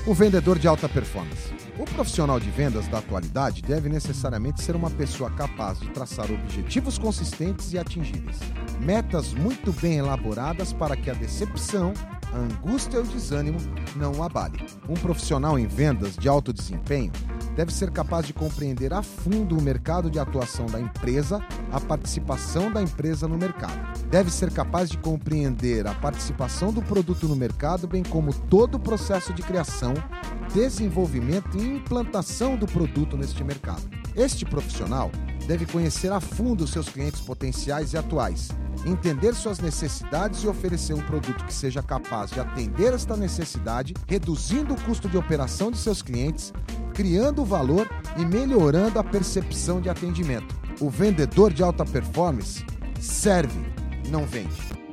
O vendedor de alta performance. O profissional de vendas da atualidade deve necessariamente ser uma pessoa capaz de traçar objetivos consistentes e atingíveis. Metas muito bem elaboradas para que a decepção, a angústia e o desânimo não o abale. Um profissional em vendas de alto desempenho deve ser capaz de compreender a fundo o mercado de atuação da empresa, a participação da empresa no mercado. Deve ser capaz de compreender a participação do produto no mercado, bem como todo o processo de criação, desenvolvimento e implantação do produto neste mercado. Este profissional deve conhecer a fundo os seus clientes potenciais e atuais, entender suas necessidades e oferecer um produto que seja capaz de atender esta necessidade, reduzindo o custo de operação de seus clientes, criando valor e melhorando a percepção de atendimento. O vendedor de alta performance serve, não vende.